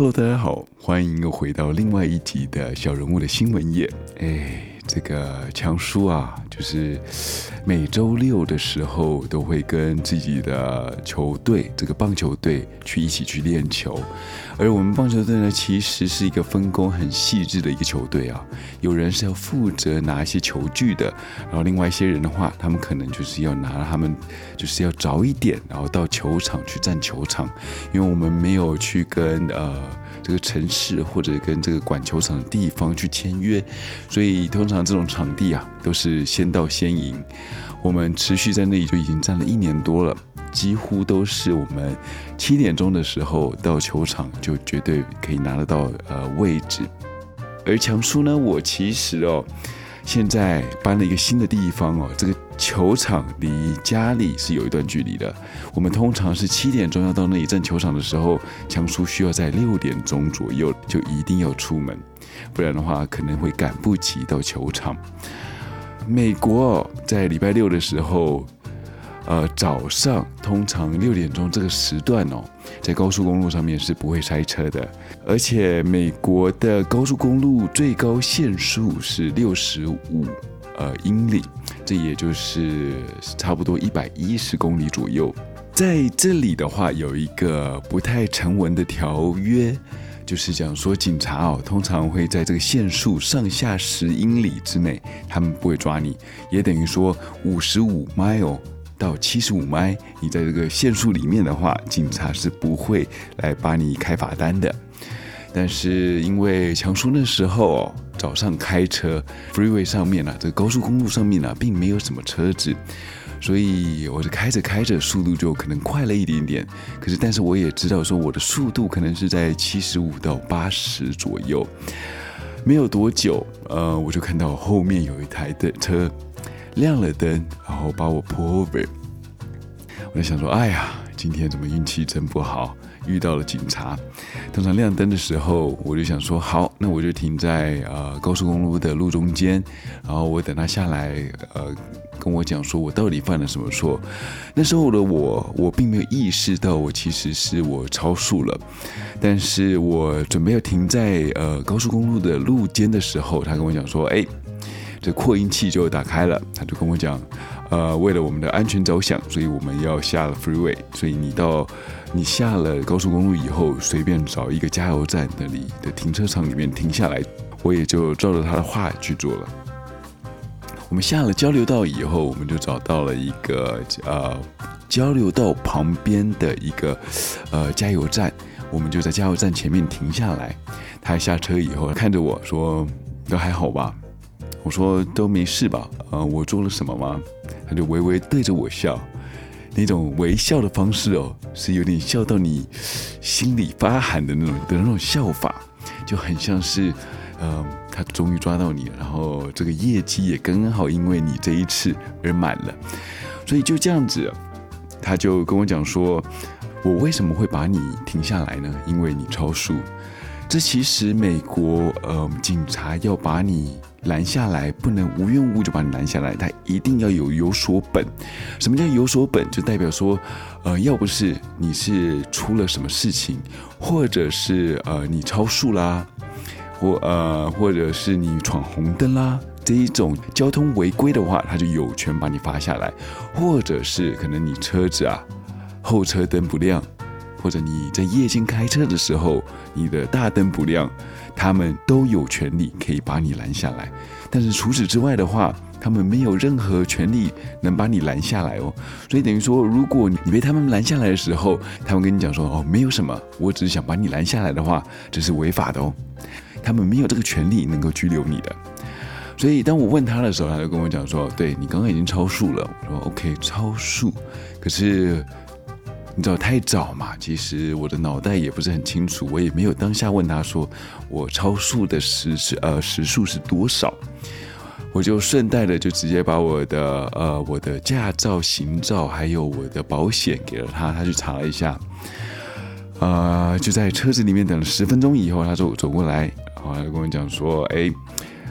Hello， 大家好，欢迎又回到另外一集的小人物的新闻页。这个强叔啊，就是每周六的时候都会跟自己的球队，这个棒球队一起去练球。而我们棒球队呢，其实是一个分工很细致的一个球队啊。有人是要负责拿一些球具的，然后另外一些人的话，他们可能就是要拿他们就是要早一点，然后到球场去占球场，因为我们没有去跟这个城市或者跟这个管球场的地方去签约，所以通常这种场地啊都是先到先赢。我们持续在那里就已经站了1年多了，几乎都是我们7点钟的时候到球场就绝对可以拿得到位置。而强叔呢，我其实现在搬了一个新的地方这个球场离家里是有一段距离的。我们通常是7点钟要到那里站球场的时候，强叔需要在6点钟左右就一定要出门，不然的话可能会赶不及到球场。美国在礼拜六的时候，早上通常6点钟这个时段在高速公路上面是不会塞车的，而且美国的高速公路最高限速是65英里，这也就是差不多110公里左右。在这里的话，有一个不太成文的条约，就是讲说警察通常会在这个限速上下10英里之内，他们不会抓你，也等于说55 mile 到75 mile，你在这个限速里面的话，警察是不会来把你开罚单的。但是因为强叔那时候早上开车 freeway 上面这个高速公路上面并没有什么车子，所以我就开着速度就可能快了一点点，但是我也知道说我的速度可能是在75到80左右。没有多久我就看到后面有一台的车亮了灯，然后把我 pull over。 我就想说，哎呀，今天怎么运气真不好，遇到了警察。通常亮灯的时候，我就想说，好，那我就停在高速公路的路中间，然后我等他下来跟我讲说我到底犯了什么错。那时候的我并没有意识到我其实是我超速了，但是我准备要停在高速公路的路肩的时候，他跟我讲说，这扩音器就打开了，他就跟我讲，为了我们的安全着想，所以我们要下了 freeway， 所以你下了高速公路以后，随便找一个加油站那里的停车场里面停下来。我也就照着他的话去做了。我们下了交流道以后，我们就找到了一个交流道旁边的一个加油站，我们就在加油站前面停下来。他下车以后看着我说，都还好吧？我说都没事吧？我做了什么吗？他就微微对着我笑，那种微笑的方式是有点笑到你心里发寒的那种笑法，就很像是他终于抓到你了，然后这个业绩也刚刚好因为你这一次而满了。所以就这样子，他就跟我讲说，我为什么会把你停下来呢？因为你超速。这其实美国警察要把你拦下来，不能无缘无故就把你拦下来，他一定要有所本。什么叫有所本？就代表说要不是你是出了什么事情，或者是你超速啦，或者是你闯红灯啦，这一种交通违规的话，他就有权把你罚下来。或者是可能你车子后车灯不亮，或者你在夜间开车的时候你的大灯不亮，他们都有权利可以把你拦下来。但是除此之外的话，他们没有任何权利能把你拦下来所以等于说，如果你被他们拦下来的时候，他们跟你讲说没有什么，我只是想把你拦下来的话，这是违法的他们没有这个权利能够拘留你的。所以当我问他的时候，他就跟我讲说，对，你刚刚已经超速了。我说 OK， 超速，可是你知道太早嘛，其实我的脑袋也不是很清楚，我也没有当下问他说我超速的时速是多少。我就顺带的就直接把我的驾照、行照还有我的保险给了他，他去查了一下，就在车子里面等了10分钟以后，他就走过来，然后他就跟我讲说，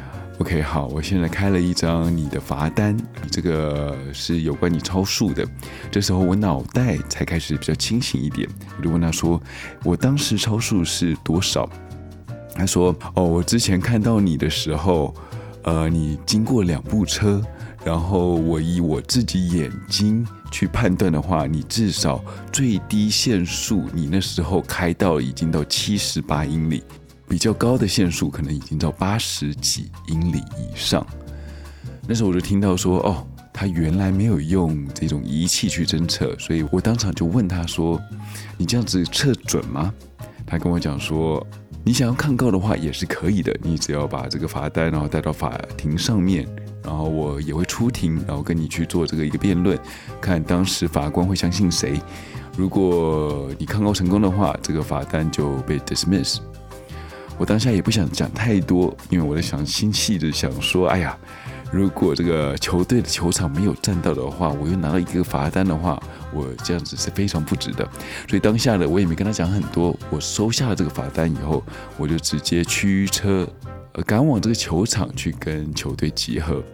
OK， 好，我现在开了一张你的罚单，这个是有关你超速的。这时候我脑袋才开始比较清醒一点，我就问他说，我当时超速是多少？他说，我之前看到你的时候，你经过2部车，然后我以我自己眼睛去判断的话，你至少最低限速，你那时候开到已经到78英里。比较高的限速可能已经到80几英里以上。那时候我就听到说，他原来没有用这种仪器去侦测，所以我当场就问他说，你这样子测准吗？他跟我讲说，你想要抗告的话也是可以的，你只要把这个罚单然后带到法庭上面，然后我也会出庭，然后跟你去做这个一个辩论，看当时法官会相信谁。如果你抗告成功的话，这个罚单就被 dismiss。我当下也不想讲太多，因为我在心细的想说，哎呀，如果这个球队的球场没有占到的话，我又拿到一个罚单的话，我这样子是非常不值的。所以当下的我也没跟他讲很多，我收下了这个罚单以后，我就直接驱车赶往这个球场去跟球队集合。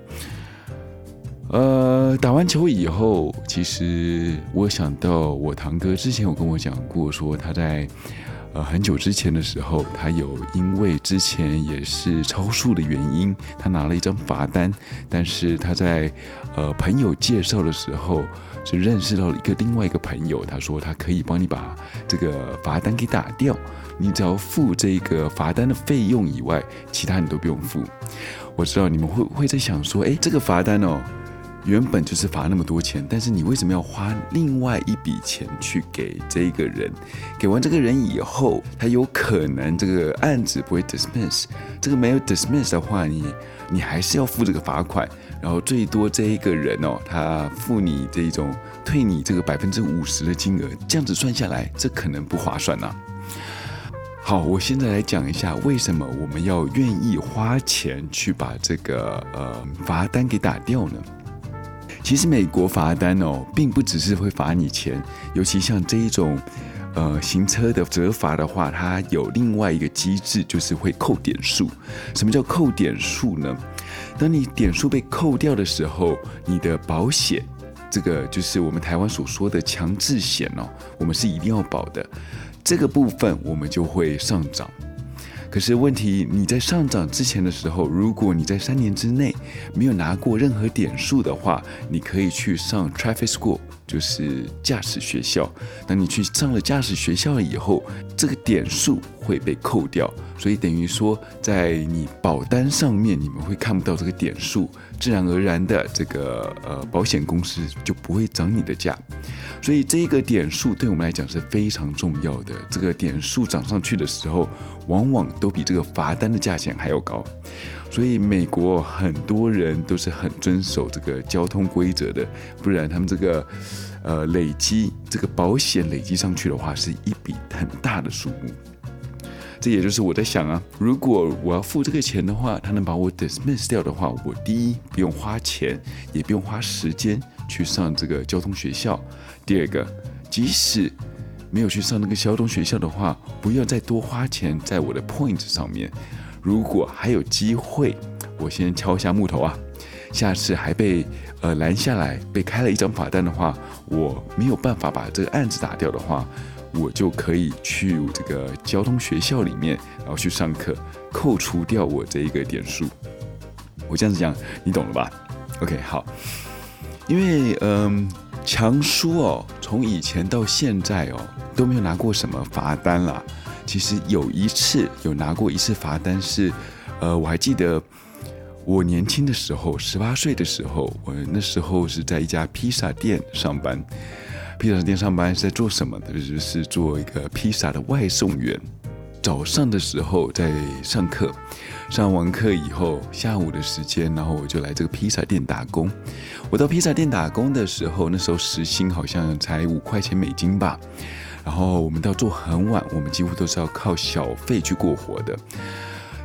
打完球以后，其实我想到我堂哥之前有跟我讲过，说他在很久之前的时候，他有因为之前也是超速的原因，他拿了一张罚单，但是他在朋友介绍的时候，就认识到了另外一个朋友，他说他可以帮你把这个罚单给打掉，你只要付这个罚单的费用以外，其他你都不用付。我知道你们会在想说，这个罚单原本就是罚那么多钱，但是你为什么要花另外一笔钱去给这个人？给完这个人以后，他有可能这个案子不会 dismiss， 这个没有 dismiss 的话，你还是要付这个罚款，然后最多这一个人他付你这种退你这个50%的金额，这样子算下来，这可能不划算啊。好，我现在来讲一下为什么我们要愿意花钱去把这个罚单给打掉呢？其实美国罚单并不只是会罚你钱，尤其像这一种行车的责罚的话，它有另外一个机制，就是会扣点数。什么叫扣点数呢？当你点数被扣掉的时候，你的保险，这个就是我们台湾所说的强制险我们是一定要保的，这个部分我们就会上涨。可是问题，你在上涨之前的时候，如果你在3年之内没有拿过任何点数的话，你可以去上 traffic school， 就是驾驶学校。当你去上了驾驶学校以后，这个点数会被扣掉，所以等于说在你保单上面你们会看不到这个点数，自然而然的这个保险公司就不会涨你的价。所以这个点数对我们来讲是非常重要的，这个点数涨上去的时候，往往都比这个罚单的价钱还要高。所以美国很多人都是很遵守这个交通规则的，不然他们这个累积这个保险累积上去的话，是一笔很大的数目。这也就是我在想啊，如果我要付这个钱的话，他能把我 dismiss 掉的话，我第一不用花钱，也不用花时间去上这个交通学校。第二个，即使没有去上那个交通学校的话，不要再多花钱在我的 point 上面。如果还有机会，我先敲下木头啊，下次还被拦下来，被开了一张罚单的话，我没有办法把这个案子打掉的话，我就可以去这个交通学校里面，然后去上课，扣除掉我这一个点数。我这样子讲，你懂了吧 ？OK， 好。因为强叔从以前到现在都没有拿过什么罚单啦。其实有一次有拿过一次罚单是，我还记得我年轻的时候，18岁的时候，我那时候是在一家披萨店上班。披萨店上班是在做什么的？就是做一个披萨的外送员。早上的时候在上课，上完课以后，下午的时间，然后我就来这个披萨店打工。我到披萨店打工的时候，那时候时薪好像才5块钱美金吧。然后我们到做很晚，我们几乎都是要靠小费去过活的。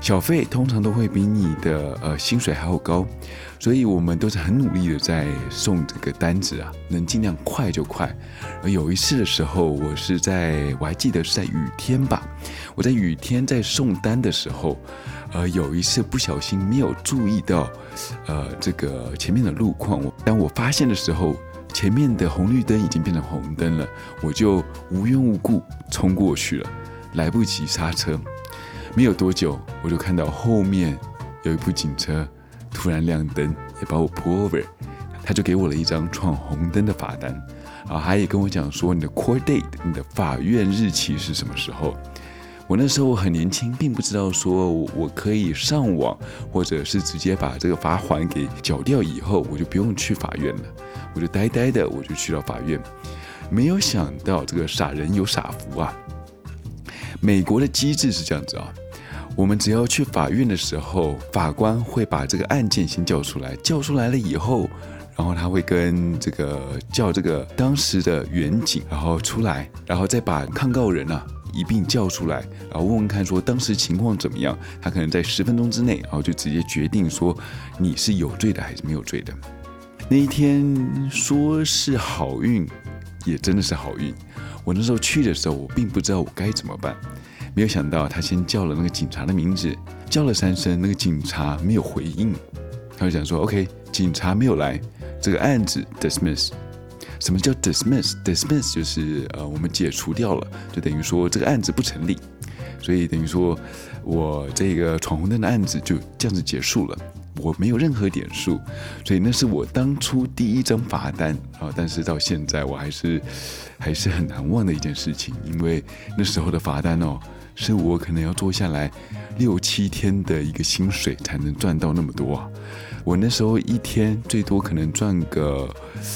小费通常都会比你的薪水还要高，所以我们都是很努力的在送这个单子啊，能尽量快就快。而有一次的时候，我还记得是在雨天吧，我在雨天在送单的时候，有一次不小心没有注意到这个前面的路况，当我发现的时候，前面的红绿灯已经变成红灯了，我就无缘无故冲过去了，来不及刹车。没有多久，我就看到后面有一部警车突然亮灯，也把我 pull over， 他就给我了一张闯红灯的罚单，他也跟我讲说你的 court date， 你的法院日期是什么时候。我那时候很年轻，并不知道说我可以上网，或者是直接把这个罚款给缴掉以后，我就不用去法院了，我就呆呆的我就去到法院。没有想到这个傻人有傻福啊！美国的机制是这样子啊，我们只要去法院的时候，法官会把这个案件先叫出来，叫出来了以后，然后他会跟叫这个当时的员警，然后出来，然后再把抗告人一并叫出来，然后问问看说当时情况怎么样，他可能在10分钟之内，然后就直接决定说你是有罪的还是没有罪的。那一天说是好运，也真的是好运。我那时候去的时候，我并不知道我该怎么办。没有想到他先叫了那个警察的名字，叫了3声，那个警察没有回应，他就讲说 OK， 警察没有来，这个案子 dismiss。 什么叫 dismiss？ 就是我们解除掉了，就等于说这个案子不成立，所以等于说我这个闯红灯的案子就这样子结束了，我没有任何点数，所以那是我当初第一张罚单但是到现在我还是很难忘的一件事情，因为那时候的罚单是我可能要做下来6-7天的一个薪水才能赚到那么多啊！我那时候一天最多可能赚个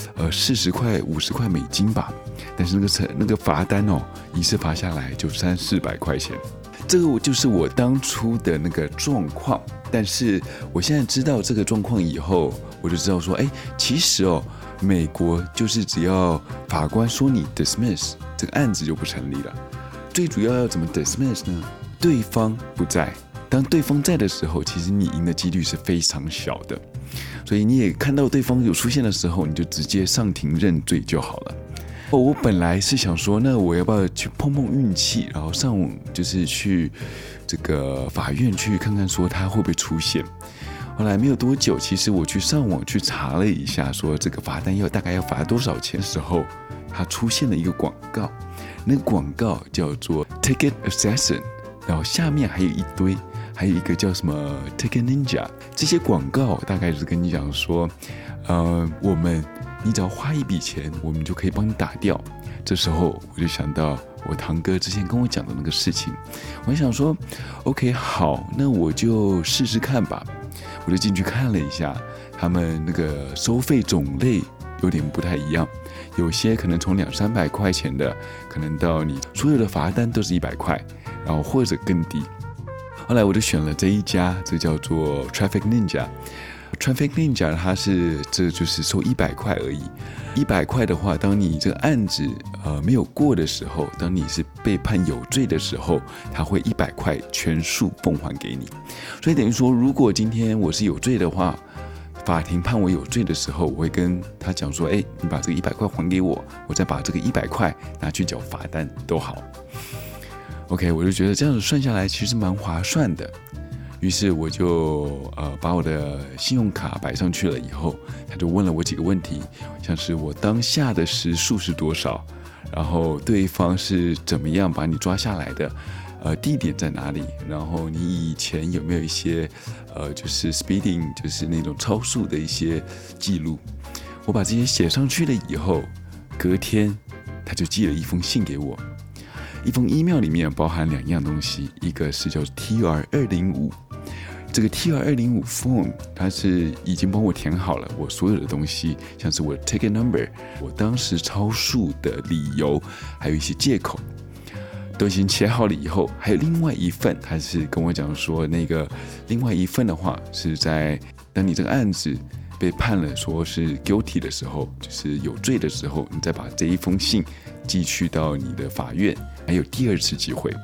40块50块美金吧，但是那个罚单一次罚下来就300-400块钱，这个就是我当初的那个状况。但是我现在知道这个状况以后，我就知道说，其实美国就是只要法官说你 dismiss， 这个案子就不成立了。最主要怎么 dismiss 呢？对方不在，当对方在的时候，其实你赢的几率是非常小的，所以你也看到对方有出现的时候，你就直接上庭认罪就好了。我本来是想说，那我要不要去碰碰运气，然后上网就是去这个法院去看看说他会不会出现。后来没有多久，其实我去上网去查了一下，说这个罚单大概要罚多少钱的时候，它出现了一个广告，那个广告叫做 Ticket Assassin， 然后下面还有一堆，还有一个叫什么 Ticket Ninja， 这些广告大概就是跟你讲说，你只要花一笔钱，我们就可以帮你打掉。这时候我就想到我堂哥之前跟我讲的那个事情，我想说 OK 好，那我就试试看吧。我就进去看了一下，他们那个收费种类有点不太一样，有些可能从200-300块钱的，可能到你所有的罚单都是100块，然后或者更低。后来我就选了这一家，这叫做 Traffic Ninja。Traffic Ninja 这就是收100块而已。100块的话，当你这个案子没有过的时候，当你是被判有罪的时候，他会100块全数奉还给你。所以等于说，如果今天我是有罪的话，法庭判我有罪的时候，我会跟他讲说，你把这个100块还给我，我再把这个100块拿去缴罚单都好。OK， 我就觉得这样子算下来其实蛮划算的。于是我就把我的信用卡摆上去了以后，他就问了我几个问题，像是我当下的时速是多少，然后对方是怎么样把你抓下来的，地点在哪里，然后你以前有没有一些就是 speeding， 就是那种超速的一些记录。我把这些写上去了以后，隔天他就寄了一封信给我。一封 email 里面包含2样东西，一个是叫 TR205， 这个 TR205 form 它是已经帮我填好了我所有的东西，像是我的 ticket number， 我当时超速的理由，还有一些借口都已经写好了以后，还有另外一份，他是跟我讲说，那个另外一份的话是在当你这个案子被判了说是 guilty 的时候，就是有罪的时候，你再把这一封信寄去到你的法院，还有第2次机会。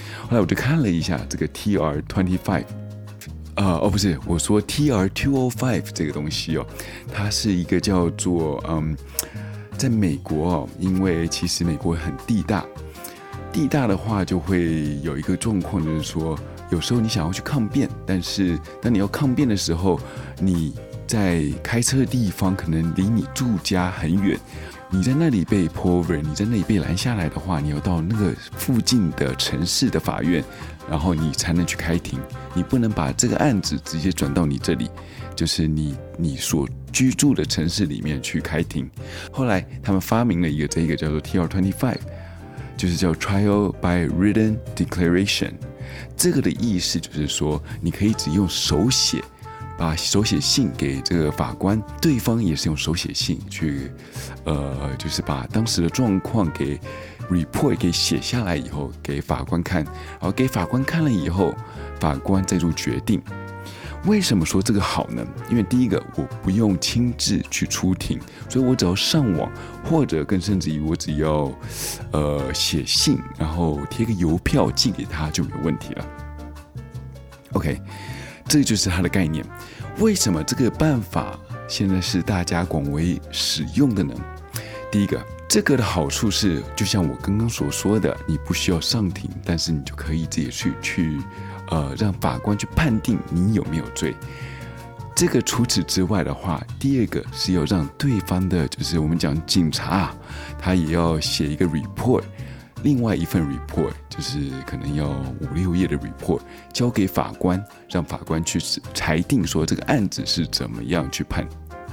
后来我就看了一下这个 TR-25。不是，我说 TR-205 这个东西哦，它是一个叫做在美国哦，因为其实美国很地大的话就会有一个状况，就是说有时候你想要去抗辩，但是当你要抗辩的时候，你在开车的地方可能离你住家很远，你在那里被 pull over， 你在那里被拦下来的话，你要到那个附近的城市的法院，然后你才能去开庭。你不能把这个案子直接转到你这里，就是你所居住的城市里面去开庭。后来他们发明了这个叫做 TR-25， 就是叫 Trial by Written Declaration。 这个的意思就是说，你可以只用手写，把手写信给这个法官，对方也是用手写信去就是把当时的状况给 report 给写下来以后给法官看，然后给法官看了以后，法官再做决定。为什么说这个好呢？因为第一个，我不用亲自去出庭，所以我只要上网，或者更甚至于我只要写信，然后贴个邮票寄给他就没有问题了。 OK， 这就是它的概念。为什么这个办法现在是大家广为使用的呢？第一个，这个的好处是，就像我刚刚所说的，你不需要上庭，但是你就可以自己去让法官去判定你有没有罪。这个除此之外的话，第二个是要让对方的，就是我们讲警察他也要写一个 report， 另外一份 report 就是可能要5-6页的 report 交给法官，让法官去裁定说这个案子是怎么样去判。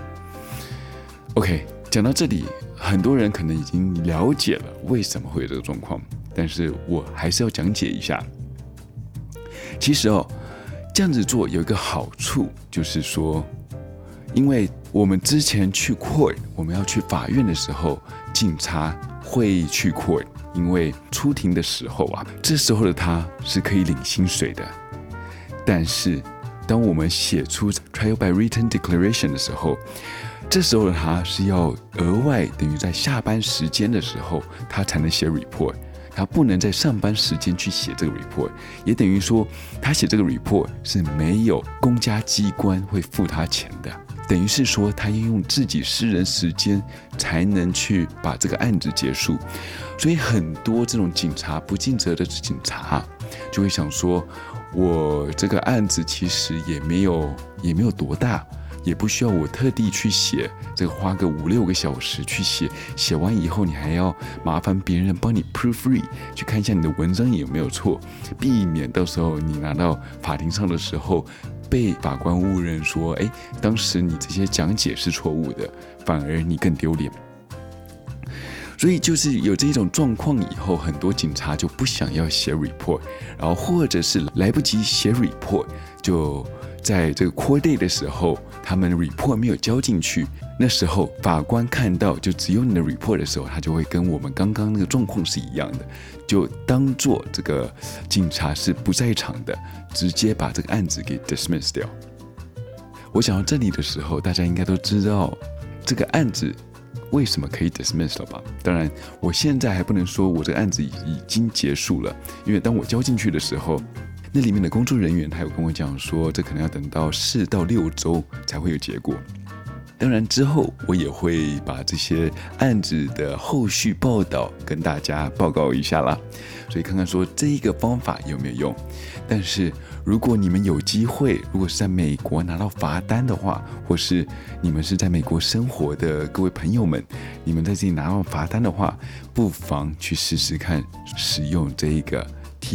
OK， 讲到这里，很多人可能已经了解了为什么会有这个状况，但是我还是要讲解一下。其实这样子做有一个好处，就是说，因为我们之前去 court， 我们要去法院的时候，警察会去 court， 因为出庭的时候这时候的他是可以领薪水的。但是当我们写出 trial by written declaration 的时候，这时候的他是要额外等于在下班时间的时候，他才能写 report。他不能在上班时间去写这个 report， 也等于说他写这个 report 是没有公家机关会付他钱的，等于是说他要用自己私人时间才能去把这个案子结束。所以很多这种警察不尽责的警察就会想说，我这个案子其实也没有多大，也不需要我特地去写，这个花个5-6个小时去写，写完以后你还要麻烦别人帮你 proofread， 去看一下你的文章有没有错，避免到时候你拿到法庭上的时候被法官误认说，当时你这些讲解是错误的，反而你更丢脸。所以就是有这种状况以后，很多警察就不想要写 report， 然后或者是来不及写 report， 就在这个 court day 的时候，他们 report 没有交进去，那时候法官看到就只有你的 report 的时候，他就会跟我们刚刚那个状况是一样的，就当做这个警察是不在场的，直接把这个案子给 dismiss 掉。我讲到这里的时候，大家应该都知道这个案子为什么可以 dismiss 了吧？当然，我现在还不能说我这个案子已经结束了，因为当我交进去的时候，那里面的工作人员他有跟我讲说，这可能要等到4到6周才会有结果。当然之后我也会把这些案子的后续报道跟大家报告一下啦，所以看看说这一个方法有没有用。但是如果你们有机会，如果是在美国拿到罚单的话，或是你们是在美国生活的各位朋友们，你们在这里拿到罚单的话，不妨去试试看使用这一个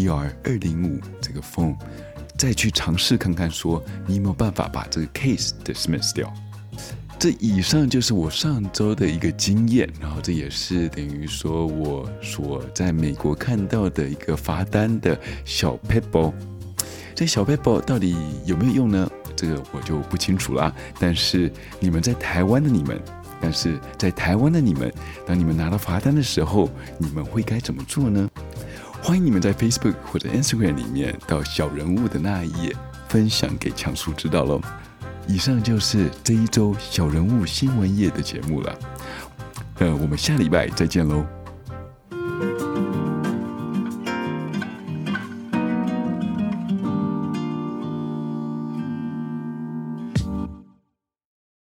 TR-205 这个 form， 再去尝试看看说你有没有办法把这个 case dismiss 掉。这以上就是我上周的一个经验，然后这也是等于说我所在美国看到的一个罚单的小 paper。这小 paper 到底有没有用呢？这个我就不清楚啦。但是在台湾的你们，当你们拿到罚单的时候，你们会该怎么做呢？欢迎你们在 Facebook 或者 Instagram 里面到小人物的那一页分享给强叔知道咯。以上就是这一周小人物新闻页的节目了，我们下礼拜再见咯。